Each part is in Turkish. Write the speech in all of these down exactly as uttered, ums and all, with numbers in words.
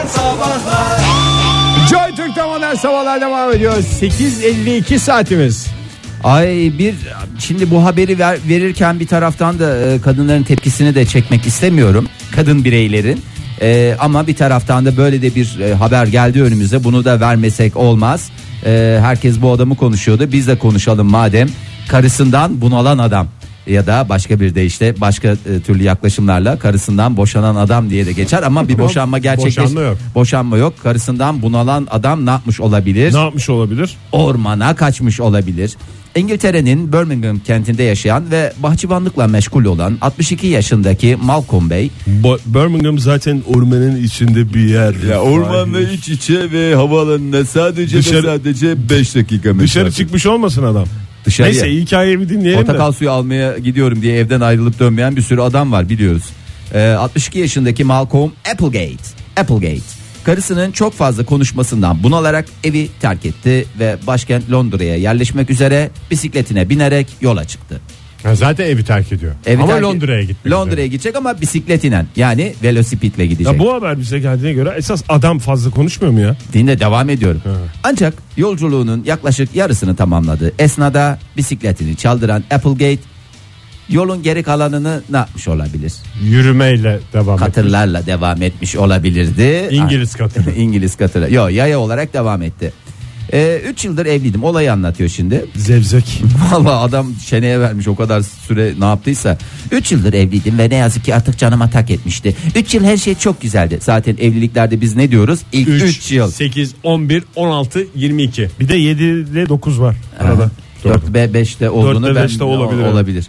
Sabahlar. Joy Türk'te modern sabahlar devam ediyor. sekiz elli iki saatimiz. Ay bir şimdi bu haberi ver, verirken bir taraftan da e, kadınların tepkisini de çekmek istemiyorum. Kadın bireylerin. E, ama bir taraftan da böyle de bir e, haber geldi önümüze. Bunu da vermesek olmaz. E, herkes bu adamı konuşuyordu. Biz de konuşalım madem. Karısından bunalan adam. Ya da başka bir de işte başka e, türlü yaklaşımlarla karısından boşanan adam diye de geçer ama bir boşanma gerçekleş. Boşanma yok. Boşanma yok. Karısından bunalan adam ne yapmış olabilir? Ne yapmış olabilir? Ormana kaçmış olabilir. İngiltere'nin Birmingham kentinde yaşayan ve bahçıvanlıkla meşgul olan altmış iki yaşındaki Malcolm Bey. Bo- Birmingham zaten ormanın içinde bir yer. Ya ormanla iç içe ve havaalanına sadece Dışarı- ve sadece beş dakika mesafe. Dışarı çıkmış olmasın adam. Dışarıya. Neyse hikayeyi bir dinleyelim Portakal de. suyu almaya gidiyorum diye evden ayrılıp dönmeyen bir sürü adam var biliyoruz. Ee, altmış iki yaşındaki Malcolm Applegate. Applegate. Karısının çok fazla konuşmasından bunalarak evi terk etti ve başkent Londra'ya yerleşmek üzere bisikletine binerek yola çıktı. Ha, zaten evi terk ediyor. Evi ama terk- Londra'ya gitmek Londra'ya üzere. gidecek ama bisikletine yani velosipitle gidecek. Ya bu haber bize geldiğine göre esas adam fazla konuşmuyor mu ya? Dinle devam ediyorum. Ancak yolculuğunun yaklaşık yarısını tamamladı. Esnada bisikletini çaldıran Applegate yolun geri kalanını ne yapmış olabilir? Yürümeyle devam ediyor. Katırlarla devam etmiş olabilirdi. İngiliz katırı. İngiliz katırı. Yok yaya olarak devam etti. üç yıldır evliydim. Olayı anlatıyor şimdi. Zevzek. Vallahi adam çeneye vermiş o kadar süre ne yaptıysa. üç yıldır evliydim ve ne yazık ki artık canıma tak etmişti. üç yıl her şey çok güzeldi. Zaten evliliklerde biz ne diyoruz? İlk üç yıl. sekiz, on bir, on altı, yirmi iki. Bir de yedi ile dokuz var arada. dört ve beşte olduğunu dört ve ben beşte olabilir, olabilir.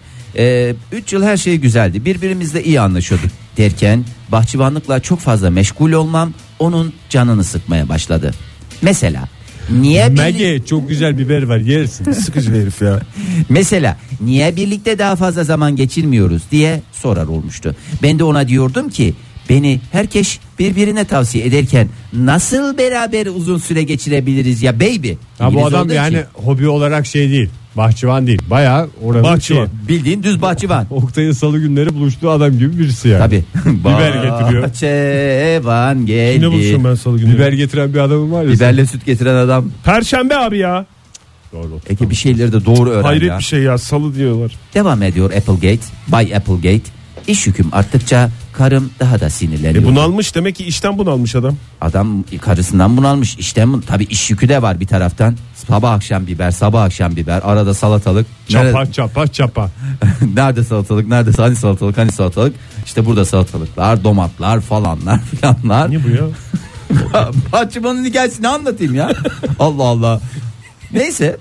üç yıl her şey güzeldi. Birbirimizle iyi anlaşıyorduk derken bahçıvanlıkla çok fazla meşgul olmam onun canını sıkmaya başladı. Mesela niye birlik- Maggie çok güzel biber var yersin. Sıkıcı bir herif ya. Mesela niye birlikte daha fazla zaman geçirmiyoruz diye sorar olmuştu. Ben de ona diyordum ki beni herkes birbirine tavsiye ederken nasıl beraber uzun süre geçirebiliriz ya baby. Ha, bu İngiliz adam olduğu yani için. hobi olarak şey değil. Bahçıvan değil. Bayağı oranın Bahçıvan. şey, Bildiğin düz bahçıvan. Oktay'ın salı günleri buluştuğu adam gibi birisi yani. Tabii. Biber getiriyor. Bahçıvan geldi. Yine buluşuyorum ben salı günü. Biber getiren bir adamım var ya. Biberle süt getiren adam. Perşembe abi ya. Doğru. Ege bir şeyleri de doğru öğren Hayret ya. bir şey ya, salı diyorlar. Devam ediyor Applegate. Bay Applegate. İş yüküm arttıkça karım daha da sinirleniyor. E bunalmış, demek ki işten bunalmış adam. Adam karısından bunalmış. İşten bun- tabii iş yükü de var bir taraftan. Sabah akşam biber, sabah akşam biber, arada salatalık. Çapa Nerede, çapa çapa. nerede salatalık, nerede hani salatalık, hani salatalık. İşte burada salatalıklar, domatlar falanlar filanlar. Niye bu ya? Bahçıvanın hikayesini anlatayım ya. Allah Allah. Neyse.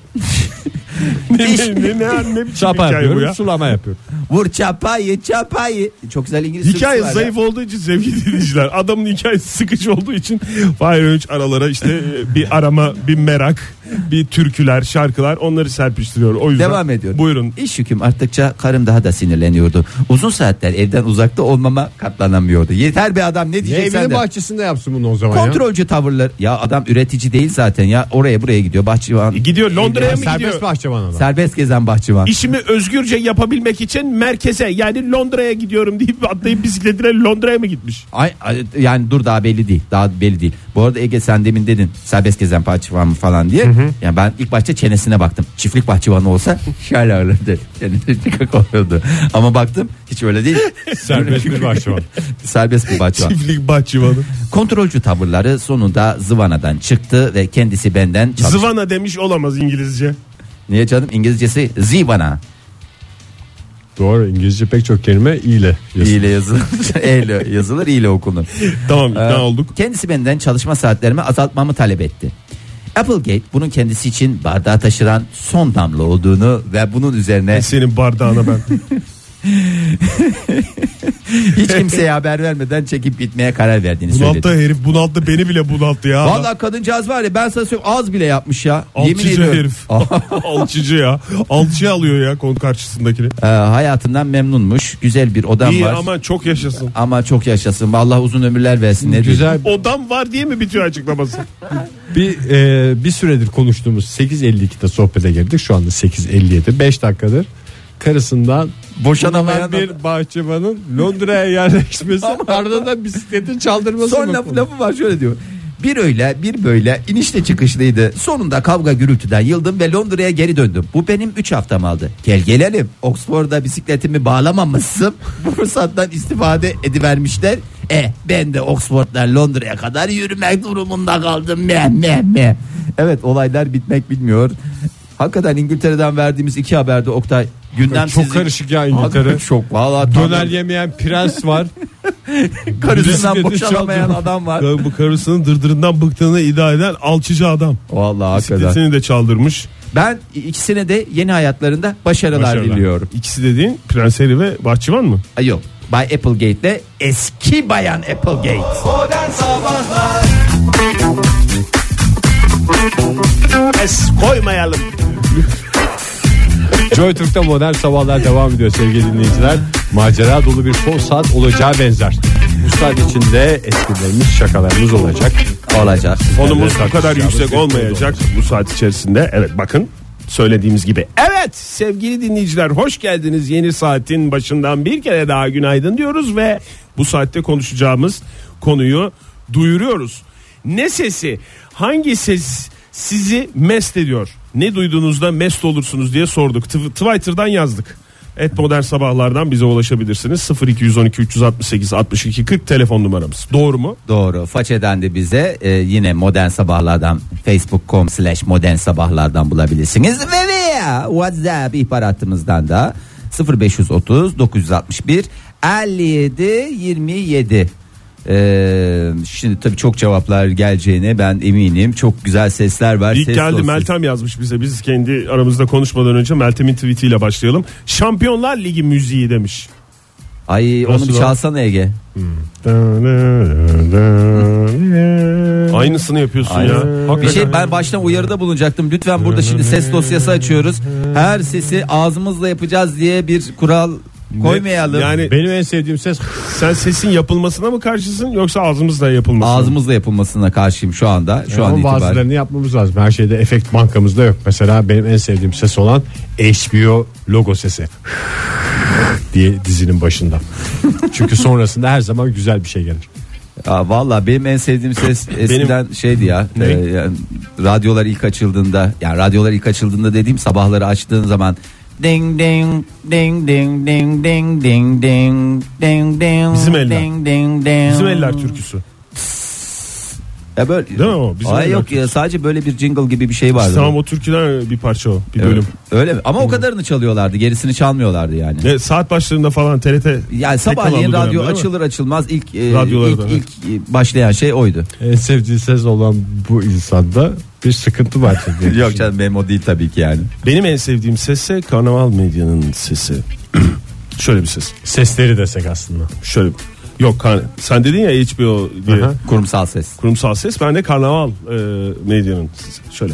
ne, ne, ne, ne, ne biçim Çapa hikaye bu yapıyorum, ya? sulama yapıyorum. Vur çapayı çapayı. Çok güzel İngiliz Hikaye türküsü var zayıf ya. olduğu için sevgili dinleyiciler, adamın hikayesi sıkıcı olduğu için Fahir Öğünç aralara işte bir arama, bir merak, bir türküler, şarkılar, onları serpiştiriyor. O yüzden Devam ediyor. Buyurun. İş yüküm arttıkça karım daha da sinirleniyordu. Uzun saatler evden uzakta olmama katlanamıyordu. Yeter be adam, ne Ne diyeceksen evinin de. bahçesinde yapsın bunu o zaman ya. Kontrolcü tavırlar. Ya adam üretici değil zaten ya. Oraya buraya gidiyor bahçıvan. E gidiyor Londra'ya mı gidiyor? Serbest bahçıvan adam. Serbest gezen bahçıvan. İşimi özgürce yapabilmek için merkeze, yani Londra'ya gidiyorum deyip atlayıp bisikletine Londra'ya mı gitmiş? Ay, ay, yani dur daha belli değil. Daha belli değil. Bu arada Ege sen demin dedin serbest gezen bahçıvan mı falan diye. Yani ben ilk başta çenesine baktım. Çiftlik bahçıvanı olsa şöyle olurdu. Çenesi çıkık oluyordu. Ama baktım hiç öyle değil. Serbest bir bahçıvan. Serbest bir bahçıvan. Çiftlik bahçıvanı. Kontrolcü tavırları sonunda zıvanadan çıktı ve kendisi benden çalış- Zıvana demiş olamaz İngilizce. Niye canım? İngilizcesi zivana. Doğru, İngilizce pek çok kelime ile yazılır. İyi ile yazılır. E ile yazılır, iyi ile okunur. Tamam, ikna Ee, olduk. Kendisi benden çalışma saatlerimi azaltmamı talep etti. Applegate bunun kendisi için bardağa taşıran son damla olduğunu ve bunun üzerine Senin bardağına ben. hiç kimseye haber vermeden çekip gitmeye karar verdiğini söyledi. Bunalttı herif, bunalttı, beni bile bunalttı ya. Vallahi kadıncağız var ya, ben sana söyleyeyim, az bile yapmış ya. Yemin Alçıcı ediyorum. herif. Alçıcı ya. Alçıya alıyor ya konu karşısındakini. Ee, hayatından memnunmuş. Güzel bir odam İyi var. ama çok yaşasın. Ama çok yaşasın. Vallahi uzun ömürler versin. Ne Güzel. Odam var diye mi bitiyor açıklaması? Bir e, bir süredir konuştuğumuz sekiz elli ikide sohbete girdik. Şu anda sekiz elli yedi. beş dakikadır karısından boşanamayan bir bahçıvanın Londra'ya yerleşmesi, ardından bisikletin çaldırması. Son laf, lafı var, şöyle diyor. Bir öyle bir böyle inişte çıkışlıydı. Sonunda kavga gürültüden yıldım ve Londra'ya geri döndüm. Bu benim üç haftam aldı. Gel gelelim. Oxford'da bisikletimi bağlamamışsın. Bu fırsattan istifade edivermişler. E ben de Oxford'dan Londra'ya kadar yürümek durumunda kaldım. Meh meh meh. Evet, olaylar bitmek bilmiyor. Hakikaten İngiltere'den verdiğimiz iki haberde Oktay gündem çok sizin... karışık ya İngiltere. Çok vallahi. Döner yemeyen prens var. Karısından boşanamayan adam var. Bu karısının dırdırından bıktığını iddia eden alçıcı adam. Vallahi hakikaten. Bisikletini de çaldırmış. Ben ikisine de yeni hayatlarında başarılar, Başarılar diliyorum. İkisi dediğin Prens Harry ve Bahçıvan mı? Ay yok. Bay Applegate'le eski bayan Applegate. Modern Sabahlar. Es koymayalım. Joy Türk'te modern sabahlar devam ediyor sevgili dinleyiciler. Macera dolu bir son saat olacağı benzer. Bu saat içinde esprilerimiz, şakalarımız olacak. Olacak. Konumuz bu kadar yüksek olmayacak bu saat içerisinde. Evet, bakın söylediğimiz gibi. Evet sevgili dinleyiciler, hoş geldiniz. Yeni saatin başından bir kere daha günaydın diyoruz ve bu saatte konuşacağımız konuyu duyuruyoruz. Ne sesi, hangi ses sizi mest ediyor? Ne duyduğunuzda mest olursunuz diye sorduk. Twitter'dan yazdık. Et Modern Sabahlardan bize ulaşabilirsiniz. sıfır iki on iki üç altı sekiz altmış iki kırk telefon numaramız. Doğru mu? Doğru. Façeden de bize e, yine Modern Sabahlardan facebook nokta com slash modern sabahlardan bulabilirsiniz. Ve veya WhatsApp ihbaratımızdan da sıfır beş otuz dokuz altı bir elli yedi yirmi yedi. Ee, şimdi tabii çok cevaplar geleceğine ben eminim. Çok güzel sesler var. İlk Ses geldi olsun. Meltem yazmış bize. Biz kendi aramızda konuşmadan önce Meltem'in tweetiyle başlayalım. Şampiyonlar Ligi müziği demiş. Ay Nasıl onu bir o? çalsana Ege. Aynısını yapıyorsun Aynen. ya. Bir Hakikaten. şey, ben baştan uyarıda bulunacaktım. Lütfen burada şimdi ses dosyası açıyoruz. Her sesi ağzımızla yapacağız diye bir kural koymayalım. Yani Benim en sevdiğim ses. sen sesin yapılmasına mı karşısın yoksa ağzımızla yapılmasına? Ağzımızla yapılmasına karşıyım şu anda. Şu an Ama itibaren. bazılarını yapmamız lazım. Her şeyde efekt bankamızda yok. Mesela benim en sevdiğim ses olan H B O logo sesi diye dizinin başında. Çünkü sonrasında her zaman güzel bir şey gelir. Ya vallahi benim en sevdiğim ses eskiden şeydi ya. Ne? E, yani radyolar ilk açıldığında, yani radyolar ilk açıldığında dediğim sabahları açtığın zaman ding ding ding ding ding ding ding ding ding ding. Bizim eller. Ding ding ding. Bizim eller türküsü. Ya böyle, Değil mi o? Bizim ay eller yok türküsü. ya, sadece böyle bir jingle gibi bir şey vardı. Tamam, o türküden bir parça o. Bir bölüm. Evet, öyle mi? Ama o kadarını çalıyorlardı. Gerisini çalmıyorlardı yani. Ne, saat başlarında falan T R T. Yani tek sabahleyin kanallı radyo dönemde, değil mi? açılır açılmaz ilk e, Radyoları ilk, da, ilk e, başlayan şey oydu. En sevdiği ses olan bu insanda bir sıkıntı var. Yok canım, benim o değil tabii ki yani. Benim en sevdiğim ses ise Karnaval Medya'nın sesi. Şöyle bir ses. Sesleri desek aslında. Şöyle. Yok, kan- sen dedin ya H B O diye. Aha. Kurumsal ses. Kurumsal ses. Ben de Karnaval e, Medya'nın sesi. Şöyle.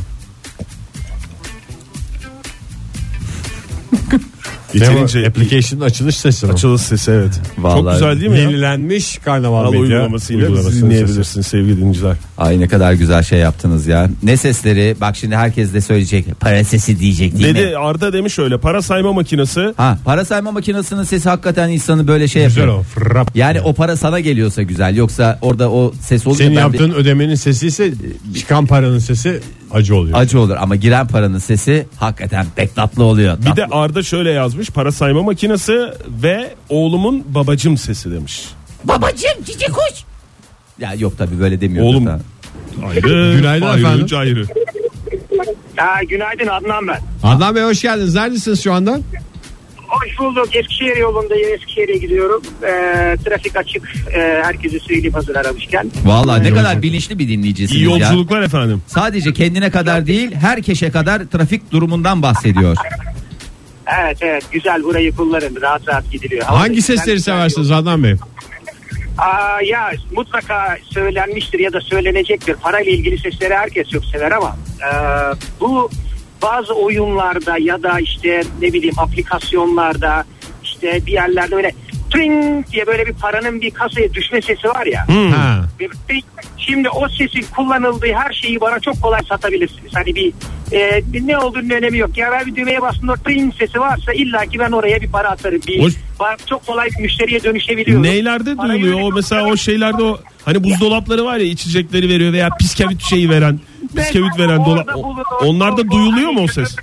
Yeterince Application'ın açılış sesi. açılış sesi, evet. Vallahi Çok güzel değil mi ya? Yenilenmiş Karnaval Al Medya uygulamasıyla uygulamasının siz dinleyebilirsiniz sevgili dinleyiciler. Ay ne kadar güzel şey yaptınız ya. Ne sesleri, bak şimdi herkes de söyleyecek. Para sesi diyecek değil mi? Dedi Arda demiş öyle, para sayma makinesi. Ha, para sayma makinesinin sesi hakikaten insanı böyle şey Güzel yapıyor. o. Frap. Yani o para sana geliyorsa güzel, yoksa orada o ses olunca Senin ben yaptığın ödemenin sesi ise çıkan paranın sesi acı oluyor. bir acı olur, ama giren paranın sesi hakikaten pek tatlı oluyor. Bir de Arda şöyle yazmış, para sayma makinesi ve oğlumun babacım sesi demiş. Babacım cici kuş. Ya yok tabii böyle demiyordur. Oğlum. da. Ayrı. Günaydın ayrı, efendim. önce ayrı. Ha, günaydın, Adnan ben. Adnan Bey hoş geldiniz. Neredesiniz şu anda? Hoş bulduk. Eskişehir yolundayım. Eskişehir'e gidiyorum. Ee, trafik açık. Ee, herkese söyleyeyim hazır aramışken. Vallahi ne kadar bilinçli bir dinleyicisiniz İyi ya. yolculuklar efendim. Sadece kendine kadar değil, herkese kadar trafik durumundan bahsediyor. Evet evet, güzel, burayı kullanın. Rahat rahat gidiliyor. Hava Hangi güzel, sesleri güzel seversiniz yol. Adnan Bey? Aa, ya mutlaka söylenmiştir ya da söylenecektir. Parayla ilgili sesleri herkes çok sever ama e, bu bazı oyunlarda ya da işte ne bileyim aplikasyonlarda, işte bir yerlerde böyle tring diye böyle bir paranın bir kasaya düşme sesi var ya. Hmm. Ha. Şimdi o sesin kullanıldığı her şeyi bana çok kolay satabilirsiniz. Hani bir e, ne olduğunun önemi yok. Ya ben bir düğmeye bastığımda o tring sesi varsa illaki ben oraya bir para atarım. Bir, O... çok kolay bir müşteriye dönüşebiliyorum. Neylerde duyuluyor o mesela o şeylerde o hani buzdolapları var ya içecekleri veriyor veya bisküvit şeyi veren bisküvit veren dolap onlarda duyuluyor mu o ses?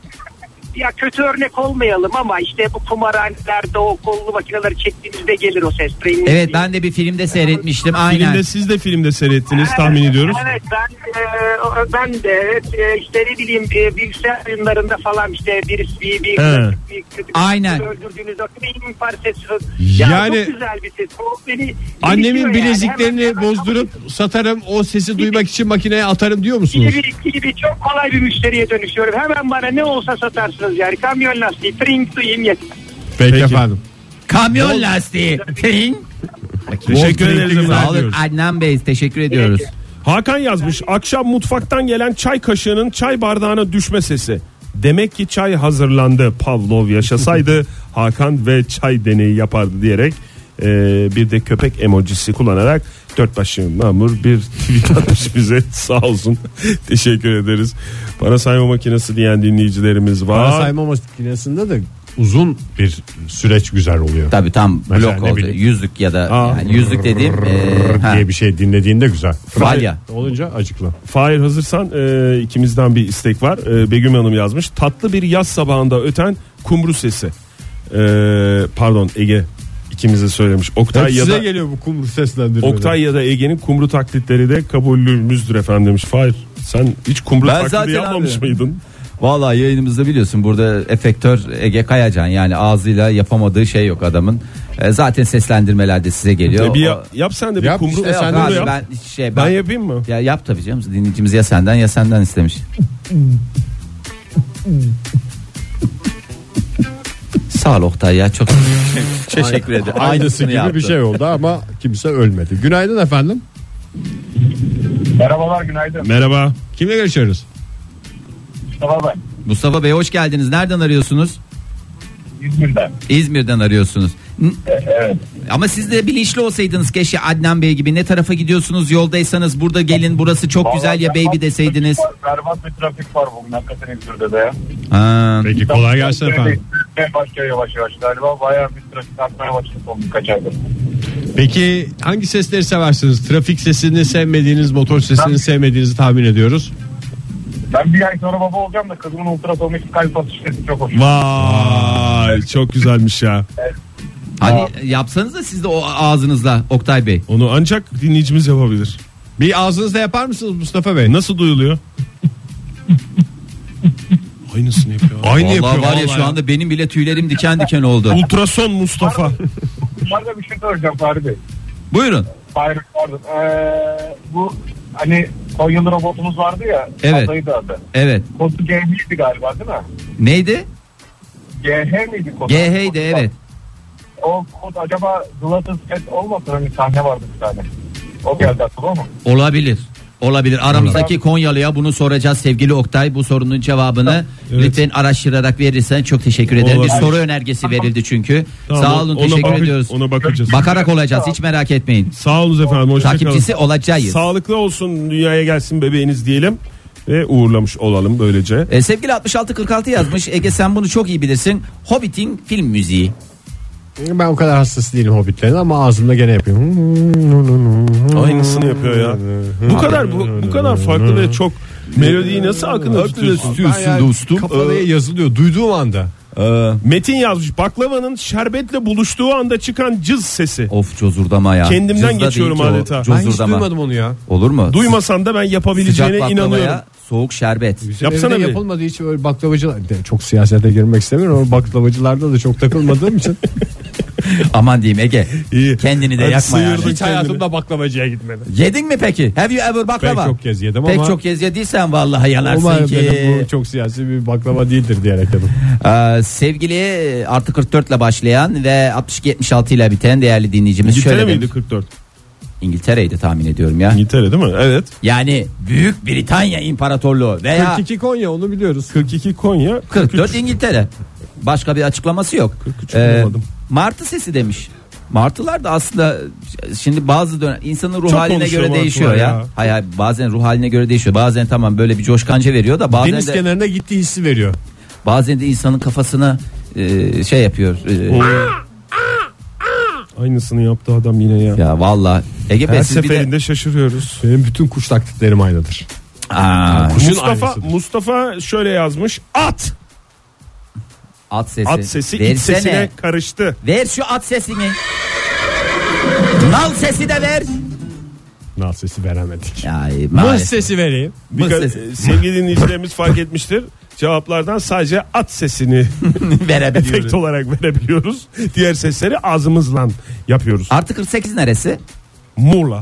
Ya kötü örnek olmayalım ama işte bu kumarhanelerde o kollu makineleri çektiğimizde gelir o ses. Evet ben de bir filmde seyretmiştim aynen. Filmde siz de filmde seyrettiniz tahmin ediyoruz. Evet ben e, ben de evet e, işte ne bileyim e, bilgisayar oyunlarında falan işte bir bir bir, bir, bir, bir aynen. Öldürdüğünüz o benim parçası. Yani çok güzel bir ses. O beni, annemin bileziklerini yani. hemen, bozdurup hemen, satarım o sesi duymak için makineye atarım diyor musunuz? gibi, gibi çok kolay bir müşteriye dönüşüyorum. Hemen bana ne olsa satarsınız yani. Kamyon lastiği, tring duyayım yeter. Peki, Peki efendim. Kamyon Bol... lastiği. Tring. Teşekkür ederiz. Sağ olun Adnan Bey teşekkür ediyoruz. Hakan yazmış akşam mutfaktan gelen çay kaşığının çay bardağına düşme sesi. Demek ki çay hazırlandı. Pavlov yaşasaydı Hakan ve çay deneyi yapardı diyerek e, bir de köpek emojisi kullanarak dört başı mamur bir tweet atmış bize sağ olsun. Teşekkür ederiz. Para sayma makinesi diyen dinleyicilerimiz var. Para sayma makinesinde de uzun bir süreç güzel oluyor. Tabii tam mesela blok oldu. Bileyim. Yüzlük ya da yani yüzlük dediğim e, diye bir şey dinlediğinde güzel. Falya olunca acıklı. Fahir hazırsan e, ikimizden bir istek var. E, Begüm Hanım yazmış. Tatlı bir yaz sabahında öten kumru sesi. E, pardon Ege ikimize söylemiş. Oktay Hep ya size da geliyor bu kumru seslendirmeleri. Oktay ya da Ege'nin kumru taklitleri de kabulümüzdür efendim demiş. Fahir sen hiç kumru Ben taklidi yapmamış abi. mıydın? Vallahi yayınımızda biliyorsun burada efektör Ege Kayacan yani ağzıyla yapamadığı şey yok adamın. E, zaten seslendirmelerde size geliyor. E, bir ya, o, yap sen de bir Yap kumru. işte, yok sen de abi, yap. ben şey ben, Ben yapayım mı? Ya yap tabii canım. Dinleyicimiz ya senden ya senden istemiş. Sağ ol Oktay ya çok teşekkür ederim. Aynısı gibi yaptı. bir şey oldu ama kimse ölmedi. Günaydın efendim. Merhabalar günaydın. Merhaba. Kimle görüşüyoruz? Mustafa ben. Mustafa Bey hoş geldiniz. Nereden arıyorsunuz? İzmir'den. İzmir'den arıyorsunuz. N- Evet. Ama siz de bilinçli olsaydınız keşke Adnan Bey gibi. Ne tarafa gidiyorsunuz yoldaysanız burada gelin burası çok güzel ya baby deseydiniz. Berbat bir trafik var bugün hakikaten İzmir'de de ya. Ha. Peki kolay gelsin efendim. Başlıyor yavaş yavaş galiba. Bayağı bir trafik artmaya başladı son birkaç aydır. Peki hangi sesleri seversiniz? Trafik sesini sevmediğiniz, motor sesini Ben- sevmediğinizi tahmin ediyoruz. Ben bir ay sonra baba olacağım da kızımın ultrasonik kalp atış sesi çok hoş. Vay çok güzelmiş ya. Hani yapsanız da siz de o ağzınızla Oktay Bey. Onu ancak dinleyicimiz yapabilir. Bir ağzınızda yapar mısınız Mustafa Bey? Nasıl duyuluyor? Aynısını yapıyor. Aynı Vallahi yapıyor. var ya vallahi şu anda benim bile tüylerim diken diken oldu. Ultrason Mustafa. Bunlarda bir şey soracağım Fahri Bey. Buyurun. Fahri pardon. Ee, bu hani Konyalı robotumuz vardı ya. Evet. Adaydı adı. Evet. Kodu G H'ydi galiba değil mi? Neydi? G H miydi kodu? G H'ydi evet. O kod acaba Zlatan Set olmasın hani sahne vardı bir tane. O geldi aklıma mı? Olabilir. Olabilir. Aramızdaki Konyalı'ya bunu soracağız sevgili Oktay. Bu sorunun cevabını Evet. lütfen araştırarak verirsen çok teşekkür ederim. Bir Olabilir. soru önergesi verildi çünkü. Tamam, Sağ olun ona teşekkür bak- ediyoruz. Ona bakacağız. Bakarak olacağız hiç merak etmeyin. Sağ olun efendim. Hoşça Takipçisi kalın. olacağız. Sağlıklı olsun dünyaya gelsin bebeğiniz diyelim. Ve uğurlamış olalım böylece. E, sevgili altmış altı kırk altı yazmış. Ege sen bunu çok iyi bilirsin. Hobbit'in film müziği. Ben o kadar hassas değilim Hobbitlerin ama ağzımda gene yapıyorum. Aynısını yapıyor ya. Bu kadar bu, bu kadar farklı ve çok melodiyi nasıl akılda tutuyorsun? Ben yani kafaya yazılıyor duyduğum anda. Metin yazmış baklavanın şerbetle buluştuğu anda çıkan cız sesi. Of cozurdama ya. Kendimden Cızda geçiyorum değil ki o, adeta. Ben hiç Cozurdama. duymadım onu ya. Olur mu? Duymasan da ben Sıcak yapabileceğine inanıyorum. baklavaya soğuk şerbet. Bizim Yapsana evde bir. yapılmadığı için öyle baklavacılar de çok siyasete girmek istemiyorum ama baklavacılarda da çok takılmadığım için Aman diyeyim Ege. İyi. Kendini de Hadi yakma yani. sıyırdın hiç hayatımda baklavacıya gitmedim. Yedin mi peki? Have you ever baklava? Pek çok kez yedim Pek ama çok kez yediysen vallahi yanarsın umarım ki. benim bu çok siyasi bir baklava değildir diyerek yedim. Ee, sevgili artı kırk dört ile başlayan ve altmış iki yetmiş altı ile biten değerli dinleyicimiz İngiltere şöyle miydi demiş. kırk dört? İngiltere'ydi tahmin ediyorum ya. İngiltere değil mi? Evet. Yani Büyük Britanya İmparatorluğu veya kırk iki Konya onu biliyoruz. kırk iki Konya. kırk dört İngiltere. Başka bir açıklaması yok. kırk üç Ee, bulamadım. martı sesi demiş. Martılar da aslında şimdi bazı dönem insanın ruh Çok haline konuşuyor göre değişiyor ya. ya. Hayır, hayır bazen ruh haline göre değişiyor. Bazen tamam böyle bir coşkanca veriyor da bazen Deniz de kenarına gittiği hissi veriyor. bazen de insanın kafasına e, şey yapıyor. E, Aynısını yaptı adam yine ya. ya vallahi Ege Bey Her siz bir de seferinde şaşırıyoruz. Benim bütün kuş taklitlerim aynıdır. Aa, Kuşun Mustafa aynısıdır. Mustafa şöyle yazmış. At. at sesi. At sesi iç Versene. sesine karıştı. Ver şu at sesini. Nal sesi de ver. Nal sesi veremedik. Ya, Mıh maalesef. sesi vereyim. Birka- sesi. sevgili dinleyicilerimiz fark etmiştir. Cevaplardan sadece at sesini Verebiliyoruz. efekt olarak verebiliyoruz. Diğer sesleri ağzımızla yapıyoruz. Artı kırk sekiz neresi? Muğla.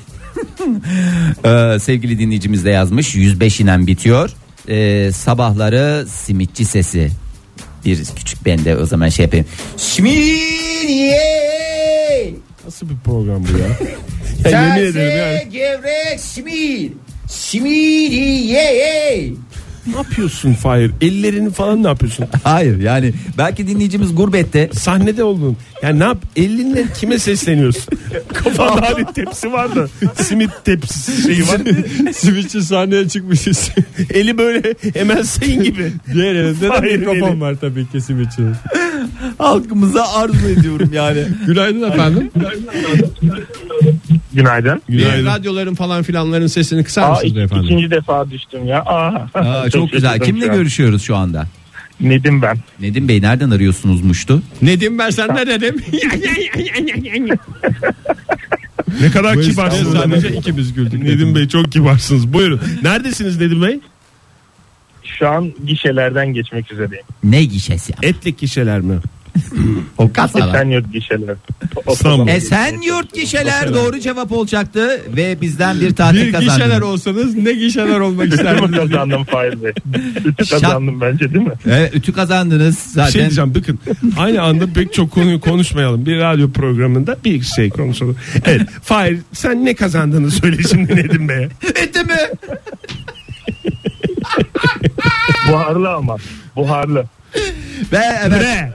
Ee, sevgili dinleyicimiz de yazmış. yüz beş inen bitiyor. Ee, sabahları simitçi sesi. Bir küçük ben de o zaman şey yapayım. Şminiye. Nasıl bir program bu ya? ya yemin ederim yani. Gevrek simit. Şminiye. Ne yapıyorsun Fahir? Ellerini falan ne yapıyorsun? Hayır yani belki dinleyicimiz gurbette. Sahnede oldun. Yani ne yap? Elinle kime sesleniyorsun? Kafanda hani tepsi var da simit tepsisi şeyi var. Simitçi sahneye çıkmışız. Eli böyle hemen sayın gibi. Diğer elinde de Hayır, mikrofon eli. var tabii ki simitçinin. Halkımıza arzu ediyorum yani. Günaydın efendim. Günaydın. Bir radyoların falan filanların sesini kısar Aa, mısınız ik- beyefendi? ikinci defa düştüm ya. Aa, Aa, çok güzel. şaşırdım Kimle şu an. görüşüyoruz şu anda? Nedim ben. Nedim Bey nereden arıyorsunuzmuştu? Nedim ben sen ne dedim? Ne kadar Bu kibarsınız. esnada sadece Nedim. ikimiz güldük. Nedim Bey çok kibarsınız. Buyurun. Neredesiniz Nedim Bey? Şu an gişelerden geçmek üzereyim. Ne gişesi? Etlik gişeler mi? O kasalar. Esenyurt gişeler. İstanbul. Esenyurt gişeler doğru cevap olacaktı ve bizden bir tatil Bir kazandınız. gişeler olsanız ne gişeler olmak Ütü mü isterdiniz? kazandım Fahir Bey? Ütü Şap- kazandım bence değil mi? Evet, ütü kazandınız Bir zaten. şey diyeceğim bakın aynı anda pek çok konuyu konuşmayalım. Bir radyo programında bir şey konuşalım. Evet Fahir sen ne kazandığını söyle şimdi Nedim Bey'e. Ütü mü? Buharlı ama. Buharlı. Ve evet. Bre.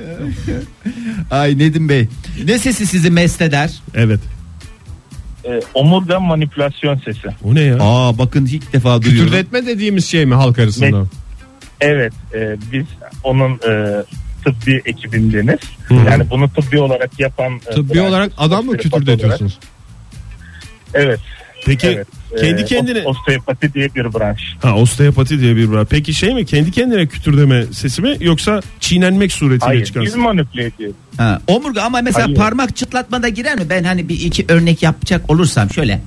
Ay Nedim Bey. Ne sesi sizi mest eder? Evet. Ee, omurga manipülasyon sesi. O ne ya? Aa bakın ilk defa duyuyorum. Kütürdetme dediğimiz şey mi halk arasında? Evet. e, biz onun e, tıbbi ekibindeniz. Yani bunu tıbbi olarak yapan. e, Tıbbi branş- olarak adam mı kütürdetiyorsunuz? Evet. Peki Evet. kendi Ee, kendine... o- Osteopati diye bir branş. Ha osteopati diye bir var. Peki şey mi kendi kendine kütürdeme sesi mi yoksa çiğnenmek suretiyle Hayır, çıkan? biz manipüle ediyoruz. Ha, omurga ama mesela Hayır. parmak çıtlatmada girer mi? Ben hani bir iki örnek yapacak olursam şöyle.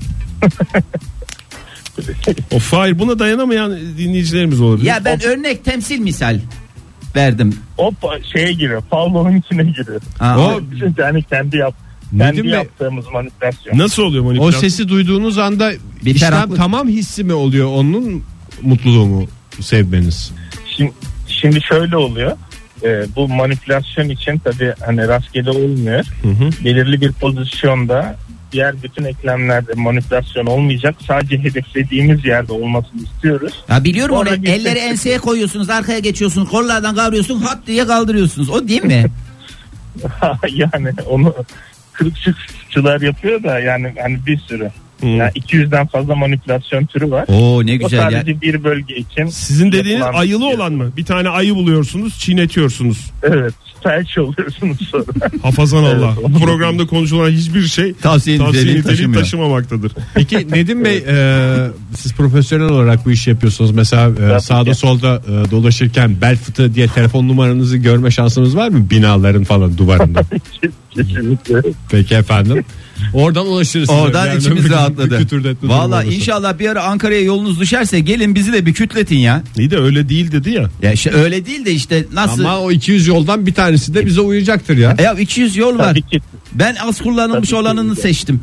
O Fahir buna dayanamayan dinleyicilerimiz olabilir. Ya ben örnek temsil misal verdim. O pa- şeye giriyor. Pavlov'un içine giriyor. Ha, O- o- Bizim yani kendi yap Nedim kendi Bey, yaptığımız manipülasyon. Nasıl oluyor o manipülasyon? sesi duyduğunuz anda Bir işlem ferahlık. tamam hissi mi oluyor, onun mutluluğu mu sevmeniz? Şimdi, şimdi şöyle oluyor. Ee, bu manipülasyon için tabii hani rastgele olmuyor. hı. Belirli bir pozisyonda diğer bütün eklemlerde manipülasyon olmayacak. Sadece hedeflediğimiz yerde olmasını istiyoruz. Ha biliyorum onu. Sonra bir Elleri ses- enseye koyuyorsunuz, arkaya geçiyorsunuz, kollardan kavruyorsun, hat diye kaldırıyorsunuz. O değil mi? Yani onu kırıkçılar yapıyor da yani hani bir sürü. Hı. Yani iki yüzden fazla manipülasyon türü var. Oo ne O güzel ya. sadece bir bölge için. Sizin dediğiniz yapılan- ayılı olan mı? Bir tane ayı buluyorsunuz, çiğnetiyorsunuz. Evet. Felç oluyorsunuz sonra. Hafazan Allah. Evet. Bu programda konuşulan hiçbir şey Tavsiye tavsiye niteliği niteliği taşımıyor. taşımamaktadır. Peki Nedim Bey, e, siz profesyonel olarak bu işi yapıyorsunuz. Mesela e, Tabii sağda ki. solda e, dolaşırken bel fıtığı diye telefon numaranızı görme şansınız var mı? Binaların falan duvarında. Kesinlikle. Peki efendim. Oradan ulaşırız. Oradan Yani içimiz bir- rahatladı. bir kütürdetme durumu Valla olursa. inşallah bir ara Ankara'ya yolunuz düşerse gelin bizi de bir kütletin ya. İyi de öyle değil dedi ya. Ya işte öyle değil de işte nasıl? Ama o iki yüz yoldan bir tanesi de bize uyacaktır ya. Ya iki yüz yol var. Tabii ki. Ben az kullanılmış Tabii ki. olanını seçtim.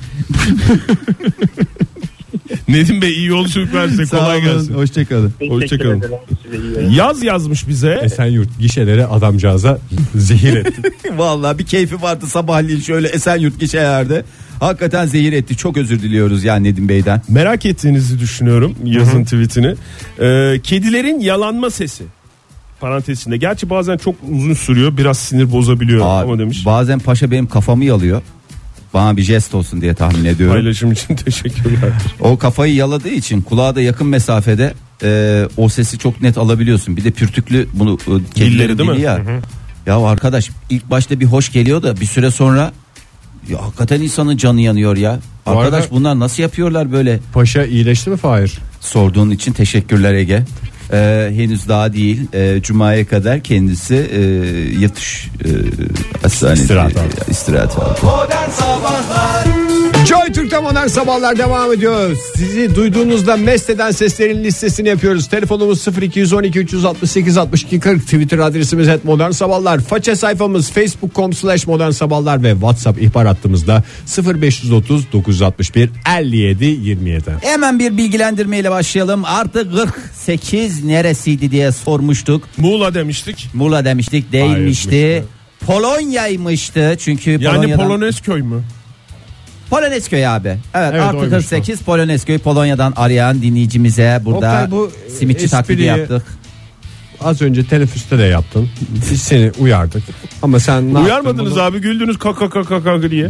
Nedim Bey iyi yolculuklar size, kolay gelsin. Hoşçakalın. Teşekkür Hoşçakalın. ederim. Size iyi yayınlar. Yaz yazmış bize. Esenyurt gişeleri adamcağıza zehir etti. Vallahi bir keyfi vardı sabahleyin şöyle Esenyurt gişelerde. Hakikaten zehir etti. Çok özür diliyoruz yani Nedim Bey'den. Merak ettiğinizi düşünüyorum yazın tweetini. Ee, kedilerin yalanma sesi. parantezinde. Gerçi bazen çok uzun sürüyor, biraz sinir bozabiliyor Aa, ama demiş. Bazen paşa benim kafamı yalıyor. Bana bir jest olsun diye tahmin ediyorum. Paylaşım için teşekkürler. O kafayı yaladığı için kulağa da yakın mesafede e, o sesi çok net alabiliyorsun. Bir de pürtüklü bunu e, Dilleri değil mi? ya. Hı hı. Ya arkadaş ilk başta bir hoş geliyor da bir süre sonra ya hakikaten insanın canı yanıyor ya. Bu Arkadaş arada- bunlar nasıl yapıyorlar böyle? Paşa iyileşti mi Fahir? Sorduğun için teşekkürler Ege. Ee, henüz daha değil. Ee, Cuma'ya kadar kendisi e, yatış e, hastanesi İstirahat aldı. istirahat aldı. Modern Sabahlar Joy Türk'te modern sabahlar devam ediyor. Sizi duyduğunuzda mest eden seslerin listesini yapıyoruz. Telefonumuz sıfır iki on iki üç altı sekiz altmış iki kırk. Twitter adresimiz et modern sabahlar. Faça sayfamız facebook nokta com slash modern sabahlar ve WhatsApp ihbar hattımızda sıfır beş otuz dokuz altmış bir elli yedi yirmi yedi. Hemen bir bilgilendirmeyle başlayalım. Artı kırk sekiz neresiydi diye sormuştuk. Muğla demiştik. Muğla demiştik, değilmişti. Hayır, Polonya'ymıştı çünkü Yani Polonya'dan. Polonezköy mü? Polonezköy abi. Evet, Evet, artı oymuş kırk sekiz Polonezköy, Polonya'dan arayan dinleyicimize burada Oktay, bu simitçi taklidi espriyi- yaptık. Az önce teneffüste de yaptın. Biz seni uyardık. Ama sen ne Uyarmadınız yaptın abi, güldünüz kaka kaka kaka diye.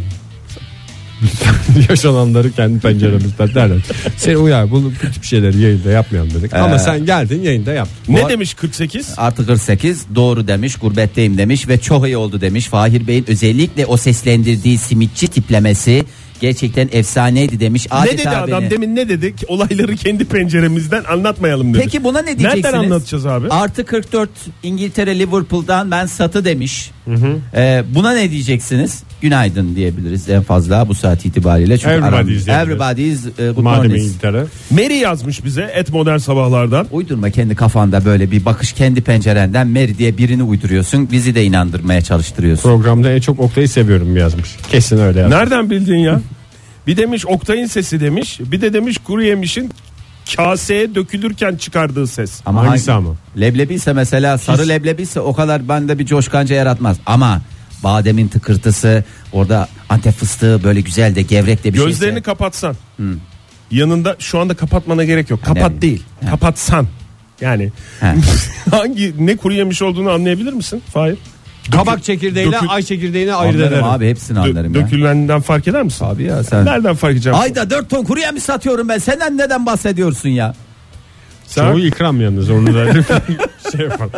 bunu? Yaşananları kendi penceremizden derler. Seni uyar. Bu, bu tip şeyleri yayında yapmayalım dedik. Ee, Ama sen geldin yayında yaptın. Ne Bu- demiş kırk sekiz? Artı kırk sekiz doğru demiş, gurbetteyim demiş ve çok iyi oldu demiş. Fahir Bey'in özellikle o seslendirdiği simitçi tiplemesi gerçekten efsaneydi demiş. Ne Adeta dedi adam beni- demin, ne dedik? Olayları kendi penceremizden anlatmayalım dedi. Peki buna ne diyeceksiniz? Nereden anlatacağız abi? Artı kırk dört İngiltere Liverpool'dan ben satı demiş. Ee, buna ne diyeceksiniz? Günaydın diyebiliriz en fazla bu saat itibariyle. Çünkü Everybody's aram- diyebiliriz. everybody's uh, good Madem morning. İngiltere. Mary yazmış bize et modern sabahlardan. Uydurma kendi kafanda böyle bir bakış, kendi pencerenden Mary diye birini uyduruyorsun. Bizi de inandırmaya çalıştırıyorsun. Programda en çok Oktay'ı seviyorum yazmış. Kesin öyle yazmış. Nereden bildin ya? Bir demiş Oktay'ın sesi demiş. Bir de demiş kuru yemişin kaseye dökülürken çıkardığı ses. Ama Hangisi ama? Leblebi ise mesela sarı leblebi ise o kadar bende bir coşkanca yaratmaz. Ama bademin tıkırtısı, orada Antep fıstığı böyle güzel de gevrek de bir Gözlerini şeyse. kapatsan. Yanında şu anda kapatmana gerek yok. Kapat Ne? değil. Ha. Kapatsan. Yani Ha. hangi ne kuru yemiş olduğunu anlayabilir misin? Hayır. Kabak çekirdeğiyle dökül- ay çekirdeğini ayırt Anlarım ederim. abi, hepsini anlarım ya. Dökülenden fark eder misin? Abi ya sen. Nereden fark edeceğim? Ayda dört ton kuru yemiş satıyorum ben. Senden neden bahsediyorsun ya? Sen- Çoğu ikram yalnız onu da şey yapalım.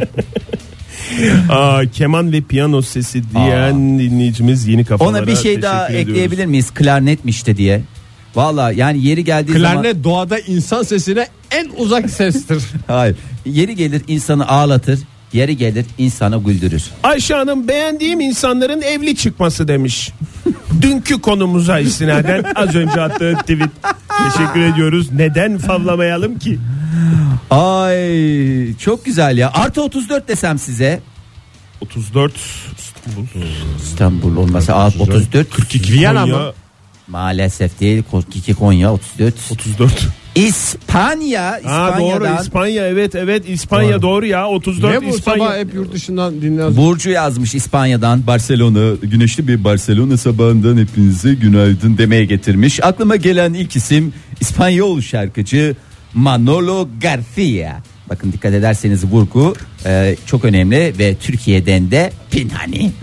Aa, keman ve piyano sesi diyen dinleyicimiz yeni kafalara Ona bir şey daha teşekkür ediyoruz. ekleyebilir miyiz? Klarnetmişti diye. Valla yani yeri geldiği zaman. Klarnet doğada insan sesine en uzak sestir. Hayır. Yeri gelir insanı ağlatır. Yeri gelir insanı güldürür. Ayşe Hanım beğendiğim insanların evli çıkması demiş. Dünkü konumuza istinaden az önce attığı tweet. Teşekkür ediyoruz. Neden favlamayalım ki? Ay çok güzel ya. Artı otuz dört desem size. otuz dört İstanbul. İstanbul olmasa artı otuz dört. kırk iki Viyana Konya. mı? Maalesef değil. kırk iki Konya otuz dört. otuz dört. İspanya. Ha İspanya'dan. doğru, İspanya, evet evet İspanya Doğru. doğru ya otuz dört Ne bu İspanya. sabah hep yurt dışından dinliyoruz. Burcu yazmış İspanya'dan. Barcelona, güneşli bir Barcelona sabahından hepinize günaydın demeye getirmiş. Aklıma gelen ilk isim İspanyol şarkıcı Manolo García. Bakın dikkat ederseniz vurgu e, çok önemli ve Türkiye'den de pinhani.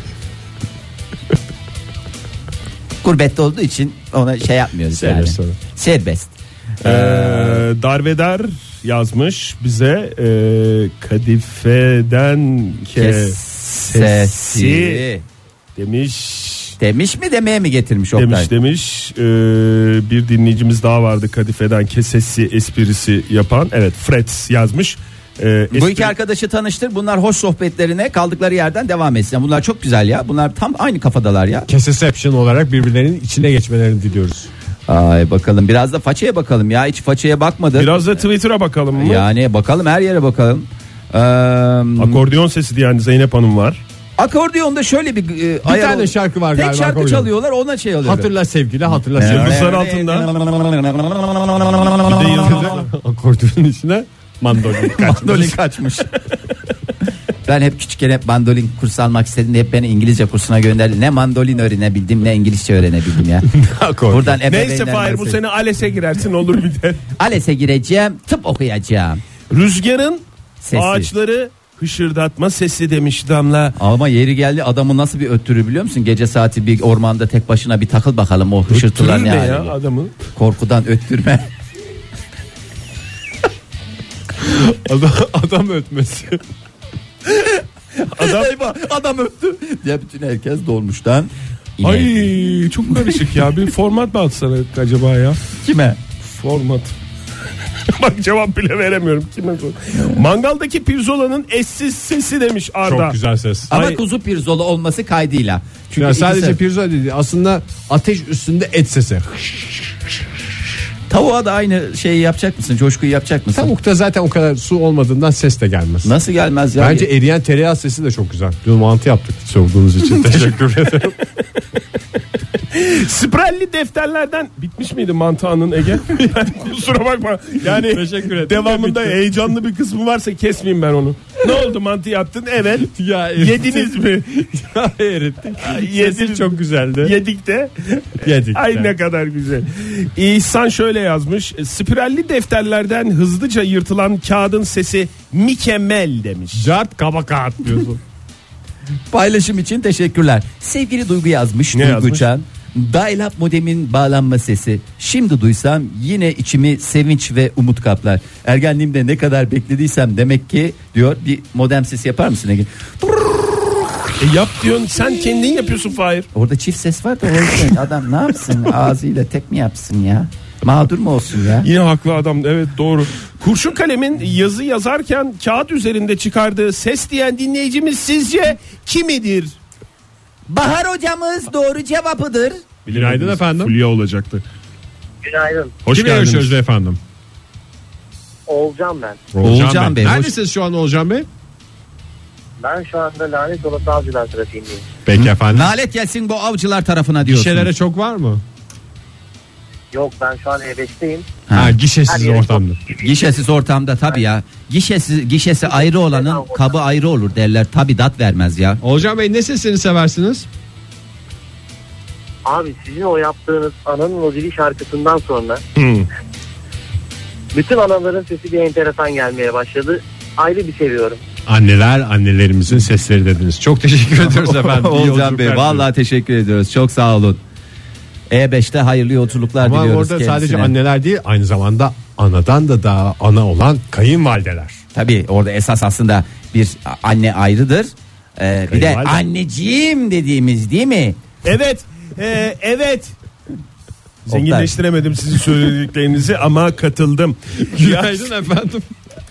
Gurbette olduğu için ona şey yapmıyoruz yani. Serbest sonra. Serbest. Ee, Darvedar yazmış bize e, kadifeden kesesi Sesi. demiş. Demiş mi demeye mi getirmiş Oktay? Demiş demiş Ee, bir dinleyicimiz daha vardı kadifeden kesesi esprisi yapan. Evet, Freds yazmış. Ee, Bu espri- iki arkadaşı tanıştır. Bunlar hoş sohbetlerine kaldıkları yerden devam etsin. Bunlar çok güzel ya. Bunlar tam aynı kafadalar ya. Keseception olarak birbirlerinin içine geçmelerini diliyoruz. Ay bakalım biraz da façaya bakalım ya. Hiç façaya bakmadık. Biraz da Twitter'a bakalım mı? Yani bakalım her yere bakalım. Ee, Akordeon sesi diyen Zeynep Hanım var. Akordiyonda şöyle bir, e, Bir ayar tane ol- şarkı var Tek galiba. şarkı akordeon. çalıyorlar, ona şey alıyorlar. Hatırla sevgili, hatırla sevgili. Yıldızlar altında. Bir de yıldızlar. Akordeonun içine mandolin kaçmış. Mandolin kaçmış. Ben hep küçükken hep mandolin kursu almak istedim de hep beni İngilizce kursuna gönderdi. Ne mandolin öğrenebildim ne İngilizce öğrenebildim ya. Akordeon. Buradan Neyse ebeveynlerden Fahir, bu bahsedeyim. sene ALES'e girersin olur bir de. ALES'e gireceğim, tıp okuyacağım. Rüzgarın Sesi. Ağaçları hışırdatma sesi demiş Damla. Ama yeri geldi adamı nasıl bir öttürür biliyor musun? Gece saati bir ormanda tek başına bir takıl bakalım o hışırtılar Öttürür ne ne ya haliyle. adamı? Korkudan öttürme. Adam, adam ötmesi. Adam adam öttü. Ya bütün herkes dolmuştan. Yine. Ay çok karışık ya. Bir format mı atsana acaba ya? Kime? Format. Bak cevap bile veremiyorum. Kime sor? Mangaldaki pirzolanın eşsiz sesi demiş Arda. Çok güzel ses. Ama Ay. kuzu pirzola olması kaydıyla. Çünkü Ya sadece ikisi- pirzola değil, aslında ateş üstünde et sesi. tavuğa da aynı şeyi yapacak mısın? Coşkuyu yapacak mısın? Tavukta zaten o kadar su olmadığından ses de gelmez. Nasıl gelmez ya? Bence eriyen tereyağı sesi de çok güzel. Dün mantı yaptık sorduğunuz için teşekkür ederim. Sprelli defterlerden bitmiş miydi mantığının Ege? Yani kusura bakma. Yani Teşekkür ederim. devamında Bitti. heyecanlı bir kısmı varsa kesmeyeyim ben onu. Ne oldu mantı yaptın? Evet. Ya Yediniz mi? Ya erittik. Yediniz. Sesi çok güzeldi. Yedik de. Yedik Ay de. ne kadar güzel. İhsan şöyle yazmış. Spiralli defterlerden hızlıca yırtılan kağıdın sesi mükemmel demiş. Cart kaba kağıt diyorsun. Paylaşım için teşekkürler. Sevgili Duygu yazmış. Ne Duygu yazmış? Can. Dial-up modemin bağlanma sesi. Şimdi duysam yine içimi sevinç ve umut kaplar. Ergenliğimde ne kadar beklediysem demek ki diyor bir modem sesi yapar mısın Ege? E yap diyorsun sen kendin yapıyorsun Fahir. Orada çift ses var da o yüzden adam ne yapsın ağzıyla tek mi yapsın ya? Mağdur mu olsun ya? Yine haklı adam, evet doğru. Kurşun kalemin yazı yazarken kağıt üzerinde çıkardığı ses diyen dinleyicimiz sizce kimidir? Bahar hocamız doğru cevabıdır. Günaydın efendim. Fulya olacaktı. Günaydın. Hoş Kimle geldiniz. görüşüyoruz efendim? Olcan ben. Oğulcan Bey, hoş- Neredesiniz şu an Oğulcan Bey? Ben şu anda lanet olası avcılar trafiğindeyim. Peki efendim. Nalet gelsin bu avcılar tarafına diyorsun. Gişelere çok var mı? Yok ben şu an E beşteyim. Ha, Ha, gişesiz Her yeri ortamda. gişesiz ortamda tabii ya. Gişesiz gişesi ayrı olanın kabı ayrı olur derler. Tabii dat vermez ya. Oğulcan Bey ne sesini seversiniz? Abi sizin o yaptığınız ananın o zili şarkısından sonra bütün anaların sesi bir enteresan gelmeye başladı. Ayrı bir seviyorum. Anneler annelerimizin sesleri dediniz. Çok teşekkür ediyoruz efendim. İyi Oğulcan yolculuklar Bey vallahi teşekkür ediyoruz. Çok sağ olun. E beşte hayırlı yolculuklar Ama diliyoruz orada kendisine. sadece anneler değil, aynı zamanda anadan da daha ana olan kayınvalideler. Tabii orada esas aslında bir anne ayrıdır. Ee, bir de Kayınvalide. anneciğim dediğimiz değil mi? Evet, e, evet. Zenginleştiremedim sizin söylediklerinizi ama katıldım. Günaydın efendim.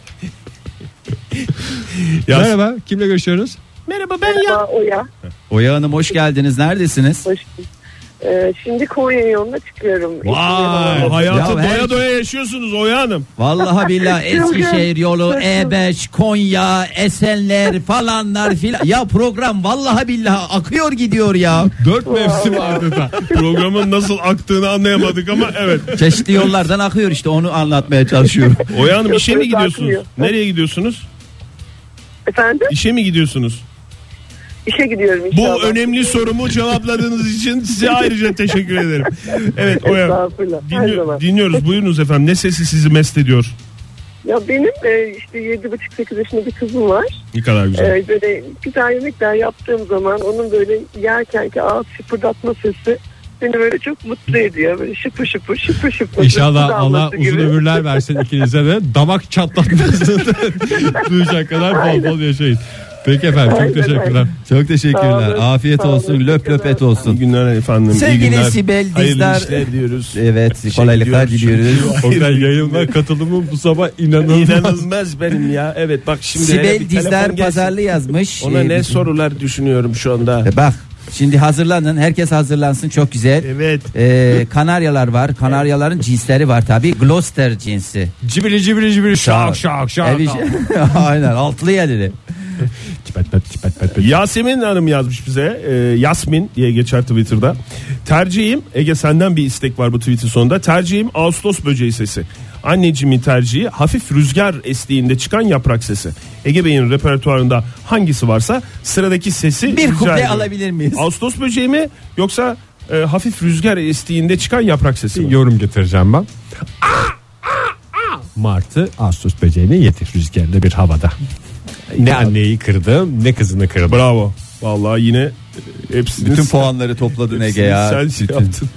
Yaz- Merhaba, kimle görüşüyoruz? Merhaba ben ya. Merhaba Oya. Oya Hanım hoş geldiniz. Neredesiniz? Hoş bulduk. Ee, şimdi Konya yoluna çıkıyorum. Vay, hayatı Ya her- doya doya yaşıyorsunuz Oya Hanım. Vallahi billahi Eskişehir yolu, E beş, Konya, Esenler falanlar filan. Ya program vallahi billahi akıyor gidiyor ya. Dört mevsim vardı da. Programın nasıl aktığını anlayamadık ama evet. Çeşitli yollardan akıyor işte onu anlatmaya çalışıyorum. Oya Hanım işe mi Yok, gidiyorsunuz? akmıyor. Nereye gidiyorsunuz? Efendim? İşe mi gidiyorsunuz? İşe gidiyorum Bu inşallah. önemli sorumu cevapladığınız için size ayrıca teşekkür ederim. Evet Oya, Estağfurullah, her dinliyor- zaman. dinliyoruz. Buyurunuz efendim. Ne sesi sizi mest ediyor? Ya benim e, işte yedi buçuk sekiz yaşında bir kızım var. Ne kadar güzel. E, böyle güzel yemekler yaptığım zaman onun böyle yerken ki ağız şıpırdatma sesi beni böyle çok mutlu ediyor. Böyle şıpır şıpır şıpır şıpır. İnşallah Su Allah damlası uzun gibi. ömürler versin ikinize de. Damak çatlatmasını duyacak kadar bol bol yaşayın. Peki efendim, çok Aynen, teşekkürler. aynen. Çok teşekkürler. Sağ olun, Afiyet sağ olun, olsun. Löp löp et İyi olsun. günler efendim. iyi Sevgili günler. Sibel Hayırlı Dizdar. işler diyoruz. Evet, kolaylıklar gidiyoruz. diliyoruz. Oktay, yayınla katılımım bu sabah inanılmaz. İnanılmaz benim ya. Evet bak şimdi hele Sibel bir telefon Dizdar gelsin. Pazarlı yazmış. Ona Ee, ne sorular düşünüyorum şu anda. E Bak şimdi hazırlanın, herkes hazırlansın, çok güzel. Evet. Ee, kanaryalar var, kanaryaların cinsleri var tabi. Gloucester cinsi. Cibili cibili cibili şak şak şak. Evi- Aynen altlı yerleri. Tipet pet tipet pet pet. Yasemin Hanım yazmış bize. Ee, Yasmin diye geçer Twitter'da. Tercihim, Ege senden bir istek var bu tweetin sonunda. Tercihim Ağustos böceği sesi. Anneciğimin tercihi hafif rüzgar estiğinde çıkan yaprak sesi. Ege Bey'in repertuarında hangisi varsa sıradaki sesi Bir rica kuple ediyorum. alabilir miyiz? Ağustos böceği mi yoksa e, hafif rüzgar estiğinde çıkan yaprak sesi mi? Yorum getireceğim ben. Martı Ağustos böceğini yedi rüzgarlı bir havada. Ne anneyi kırdım ne kızını kırdım. Bravo. Vallahi yine hepsini Bütün puanları topladın Ege ya. Sen şey yaptın.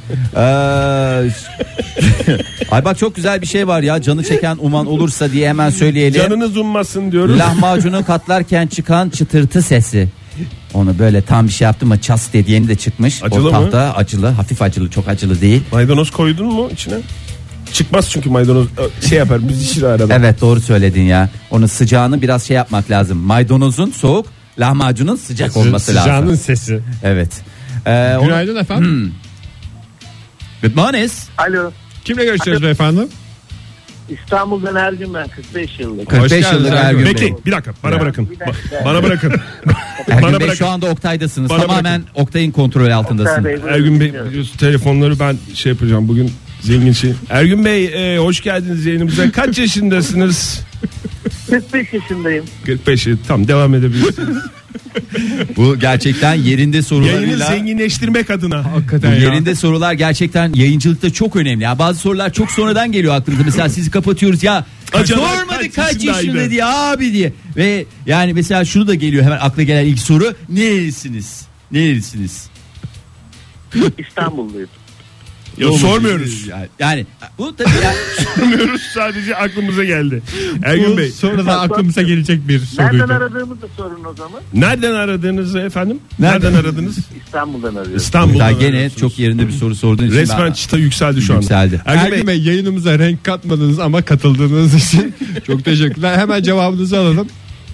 Ay bak çok güzel bir şey var ya, canı çeken uman olursa diye hemen söyleyelim. Canınız ummasın diyoruz. Lahmacunu katlarken çıkan çıtırtı sesi. Onu böyle tam bir şey yaptım mı ças dediğini de çıkmış. Acılı o tahta acılı, hafif acılı, çok acılı değil. Maydanoz koydun mu içine? Çıkmaz çünkü maydanoz şey yapar, büzüşür arada. Evet doğru söyledin ya. Onun sıcağını biraz şey yapmak lazım. Maydanozun soğuk, lahmacunun sıcak olması Sıcağının lazım. sesi. Evet. Ee, Günaydın efendim. Hmm. Good morning. Alo. Kimle görüşüyoruz beyefendi? İstanbul'dan Ergün ben, kırk beş yıllık. kırk beş Hoş yıllık geldiniz Ergün Bey. Bekleyin bir dakika, bana bırakın. Bir dakika. Ba- Bana bırakın. Ergün Bana Bey bırakın. şu anda Oktay'dasınız. Bana Tamamen Oktay'ın kontrolü altındasın. Oktay Bey, buyurun, Ergün Bey dinliyorum. biliyorsun, telefonları ben şey yapacağım bugün, zengin şey. Ergün Bey e, hoş geldiniz yayınımıza. Kaç yaşındasınız? kırk beş yaşındayım. kırk beş. Tamam, devam edebilirsiniz. Bu gerçekten yerinde Yayını sorularıyla. zenginleştirmek adına. Bu Hakikaten ya. yerinde sorular gerçekten yayıncılıkta çok önemli. Ya bazı sorular çok sonradan geliyor aklımıza. Mesela sizi kapatıyoruz ya. Acaba Sormadık kaç kaç yaşındaydı? yaşında diye abi diye. Ve yani mesela şunu da geliyor hemen akla gelen ilk soru. Nerelisiniz? Nerelisiniz? İstanbulluyum. Ya sormuyoruz. Yani, yani bu tabii ya. Sormuyoruz, sadece aklımıza geldi. Ergün Bu Bey, sonra da aklımıza gelecek bir Nereden soruydu. aradığımızı sorun o zaman. nereden aradığınızı efendim? Nereden? Nereden, aradınız? İstanbul'dan arıyorum. İstanbul'dan Daha gene arıyorsunuz. çok yerinde bir soru sorduğun için. Resmen ben- çıta yükseldi şu anda. Yükseldi. Ergün, Ergün Bey, Bey yayınımıza renk katmadınız ama katıldığınız için çok teşekkürler. Hemen cevabınızı alalım.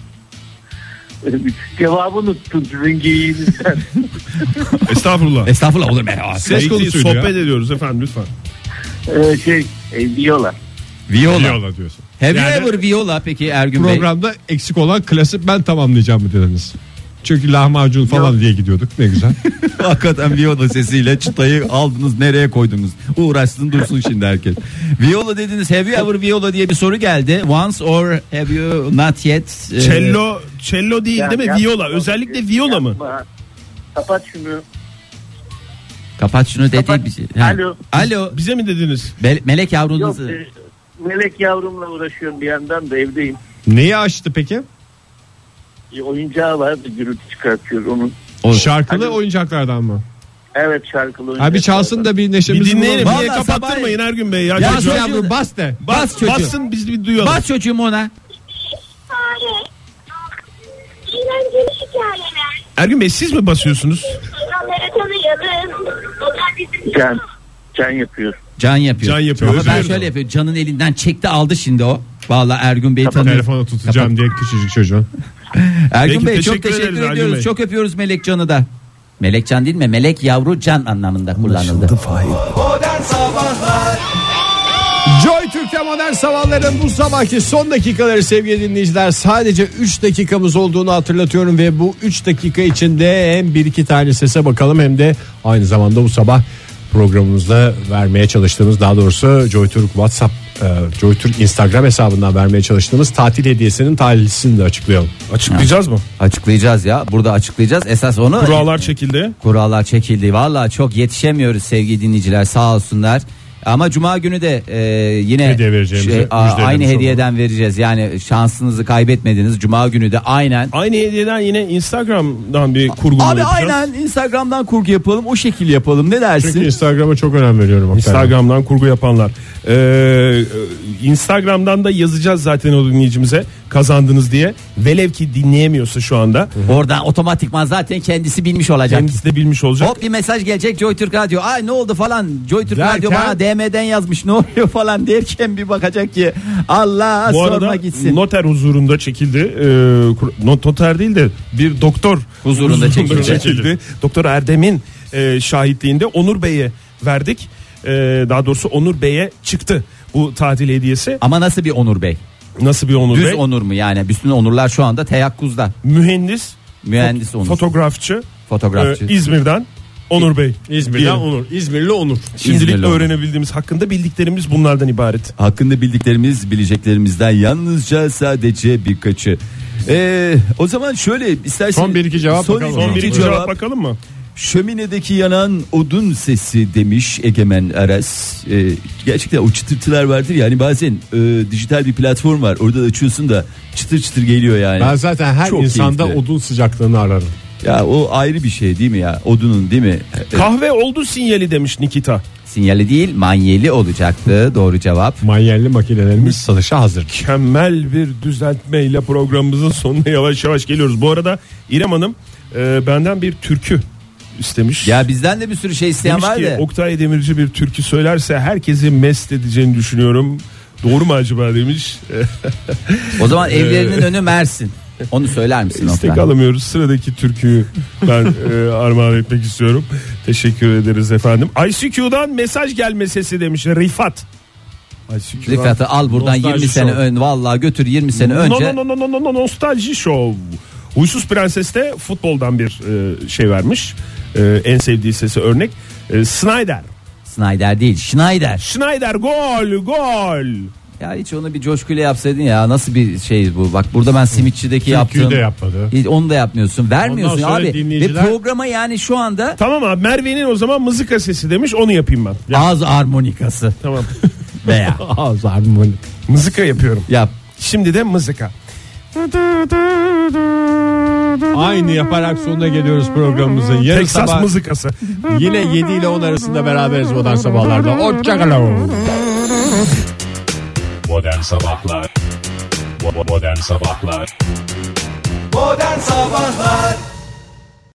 Cevabı unuttum sizin geyiğinizden. estağfurullah. Estağfurullah olur be. Ses Değil, konusuydu sohbet ya. ediyoruz efendim lütfen. ee, şey, e, viola. Viola. Viola diyorsun. Have you Yani- ever viola peki Ergün Bey? Programda eksik olan klası ben tamamlayacağım mı dediniz? Çünkü lahmacun falan diye gidiyorduk, ne güzel. Hakikaten viola sesiyle çıtayı aldınız, nereye koydunuz? Uğraşsın dursun şimdi herkes. Viola dediniz, have you ever viola diye bir soru geldi. Once or have you not yet? Ee, Cello, cello değil Ya, değil mi? yapma. Viola. Özellikle viola mı? Yapma. Kapat şunu. Kapat şunu dediği Kapat. bir şey. Ha. Alo. Alo. Bize mi dediniz? Be- melek Yok, yavrunuzu. e, melek yavrumla uğraşıyorum bir yandan da evdeyim. Neyi açtı peki? E, oyuncağı var, bir gürültü çıkartıyor onun. O- Şarkılı Hadi. oyuncaklardan mı? Evet, şarkılı oyuncak. Abi çalsın da bir Bir neşemizi dinleyelim. bulalım. Niye Vallahi kapattırmayın Ergün Bey ya? Ya Bas çocuğu- yavrum bas de. Bas, Bas çocuğu. bassın biz bir duyalım. Bas çocuğum ona. Eğlenceli hikayeler. Ergün Bey siz mi basıyorsunuz? İnsanları tanıyalım. Onlar bizim Can, can yapıyor. Can yapıyor. Can yapıyor. Ama ben Özlüyoruz şöyle onu. yapıyorum. Can'ın elinden çekti aldı şimdi o. Vallahi Ergün Bey'i tanıyor. Telefonu tutacağım diye küçücük çocuğun. Ergün Peki, Bey çok teşekkür teşekkür ederiz Ergün ediyoruz. Bey. Çok öpüyoruz Melek Can'ı da. Melek Can değil mi? Melek yavru can anlamında kullanıldı. Modern Sabahlar. Joy Türk'te modern sabahların bu sabahki son dakikaları sevgili dinleyiciler, sadece üç dakikamız olduğunu hatırlatıyorum ve bu üç dakika içinde hem bir iki tane sese bakalım hem de aynı zamanda bu sabah programımızda vermeye çalıştığımız, daha doğrusu Joy Türk WhatsApp, e, Joy Türk Instagram hesabından vermeye çalıştığımız tatil hediyesinin tarihlisini de açıklayalım. Açıklayacağız mı? Açıklayacağız ya. Burada açıklayacağız. Esas onu Kurallar çekildi. kurallar çekildi. Vallahi çok yetişemiyoruz sevgili dinleyiciler, sağ olsunlar. Ama cuma günü de e, yine Hediye vereceğimizi a- müjdelemiş aynı olalım. hediyeden vereceğiz. Yani şansınızı kaybetmediniz. Cuma günü de aynen. Aynı hediyeden yine Instagram'dan bir kurgu Abi yapacağız. aynen Instagram'dan kurgu yapalım. O şekil yapalım. Ne dersin? Çünkü Instagram'a çok önem veriyorum. Instagram'dan kurgu yapanlar. Ee, Instagram'dan da yazacağız zaten o dinleyicimize kazandınız diye. Velev ki dinleyemiyorsa şu anda. Oradan otomatikman zaten kendisi bilmiş olacak. Kendisi de bilmiş olacak. Hop bir mesaj gelecek Joy Türk Radyo. Ay ne oldu falan. Joy Türk Derken- Radyo bana D M'den yazmış. Ne oluyor falan derken bir bakacak ki Allah Bu sorma arada gitsin. noter huzurunda çekildi. Ee, kur- not- noter değil de bir doktor Huzurunda çekildi. Doktor Erdem'in e, şahitliğinde Onur Bey'e verdik. E, daha doğrusu Onur Bey'e çıktı bu tatil hediyesi. Ama nasıl bir Onur Bey? Nasıl bir Onur Düz Bey? Onur mu yani? Bütün Onurlar şu anda teyakkuzda. Mühendis, Mühendis fot- Onur. fotoğrafçı, Fotoğrafçı. e, İzmir'den Onur Bey. İzmir'den Diyelim. Onur. İzmirli Onur. Şimdilik İzmirli Onur. öğrenebildiğimiz, hakkında bildiklerimiz bunlardan ibaret. Hakkında bildiklerimiz, bileceklerimizden yalnızca sadece birkaçı. Ee, o zaman şöyle istersen Son bir iki cevap son bakalım. bir Son bir iki iki cevap. cevap bakalım mı? Şöminedeki yanan odun sesi demiş Egemen Aras. Ee, gerçekten o çıtırtılar vardır yani bazen e, dijital bir platform var orada da açıyorsun da çıtır çıtır geliyor yani. Ben zaten her Çok insanda keyifli. odun sıcaklığını ararım. Ya o ayrı bir şey değil mi ya odunun değil mi? Kahve oldu sinyali demiş Nikita. Sinyali değil manyeli olacaktı doğru cevap. Manyelli makinelerimiz satışa hazır. Mükemmel bir düzeltmeyle programımızın sonuna yavaş yavaş geliyoruz. Bu arada İrem Hanım e, benden bir türkü istemiş. Ya bizden de bir sürü şey isteyen Demiş var ki da. Oktay Demirci bir türkü söylerse herkesi mest edeceğini düşünüyorum. Doğru mu acaba demiş. O zaman evlerinin önü Mersin. Onu söyler misin İstek Oktay? alamıyoruz. Sıradaki türküyü ben e, armağan etmek istiyorum. Teşekkür ederiz efendim. I C Q'dan mesaj gelme sesi demiş Rifat. Rifat'ı al buradan yirmi sene ön vallahi götür yirmi sene önce. No, no, no, no, no, no, nostalji show. Huysuz Prenses de futboldan bir e, şey vermiş. E, en sevdiği sesi örnek. E, Snyder. Snyder değil Schneider. Schneider gol gol. Ya hiç onu bir coşkuyla yapsaydın ya nasıl bir şey bu? Bak burada ben simitçideki yaptım. Türküyü de yapmadı. Hiç onu da yapmıyorsun. Vermiyorsun Ondan sonra abi. Ve dinleyiciler- programa yani şu anda Tamam abi Merve'nin o zaman mızıka sesi demiş onu yapayım ben. Ya, ağız armonikası tamam. veya Ağız harmonik. Mızıka yapıyorum. yap. Şimdi de mızıka. Aynı yaparak sonuna geliyoruz programımızın. Yarın Texas sabah mızıkası. yine yedi ile on arasında beraberiz Modern Sabahlar'da. Hoşçakalın. Modern Sabahlar Bo- Modern Sabahlar Modern Sabahlar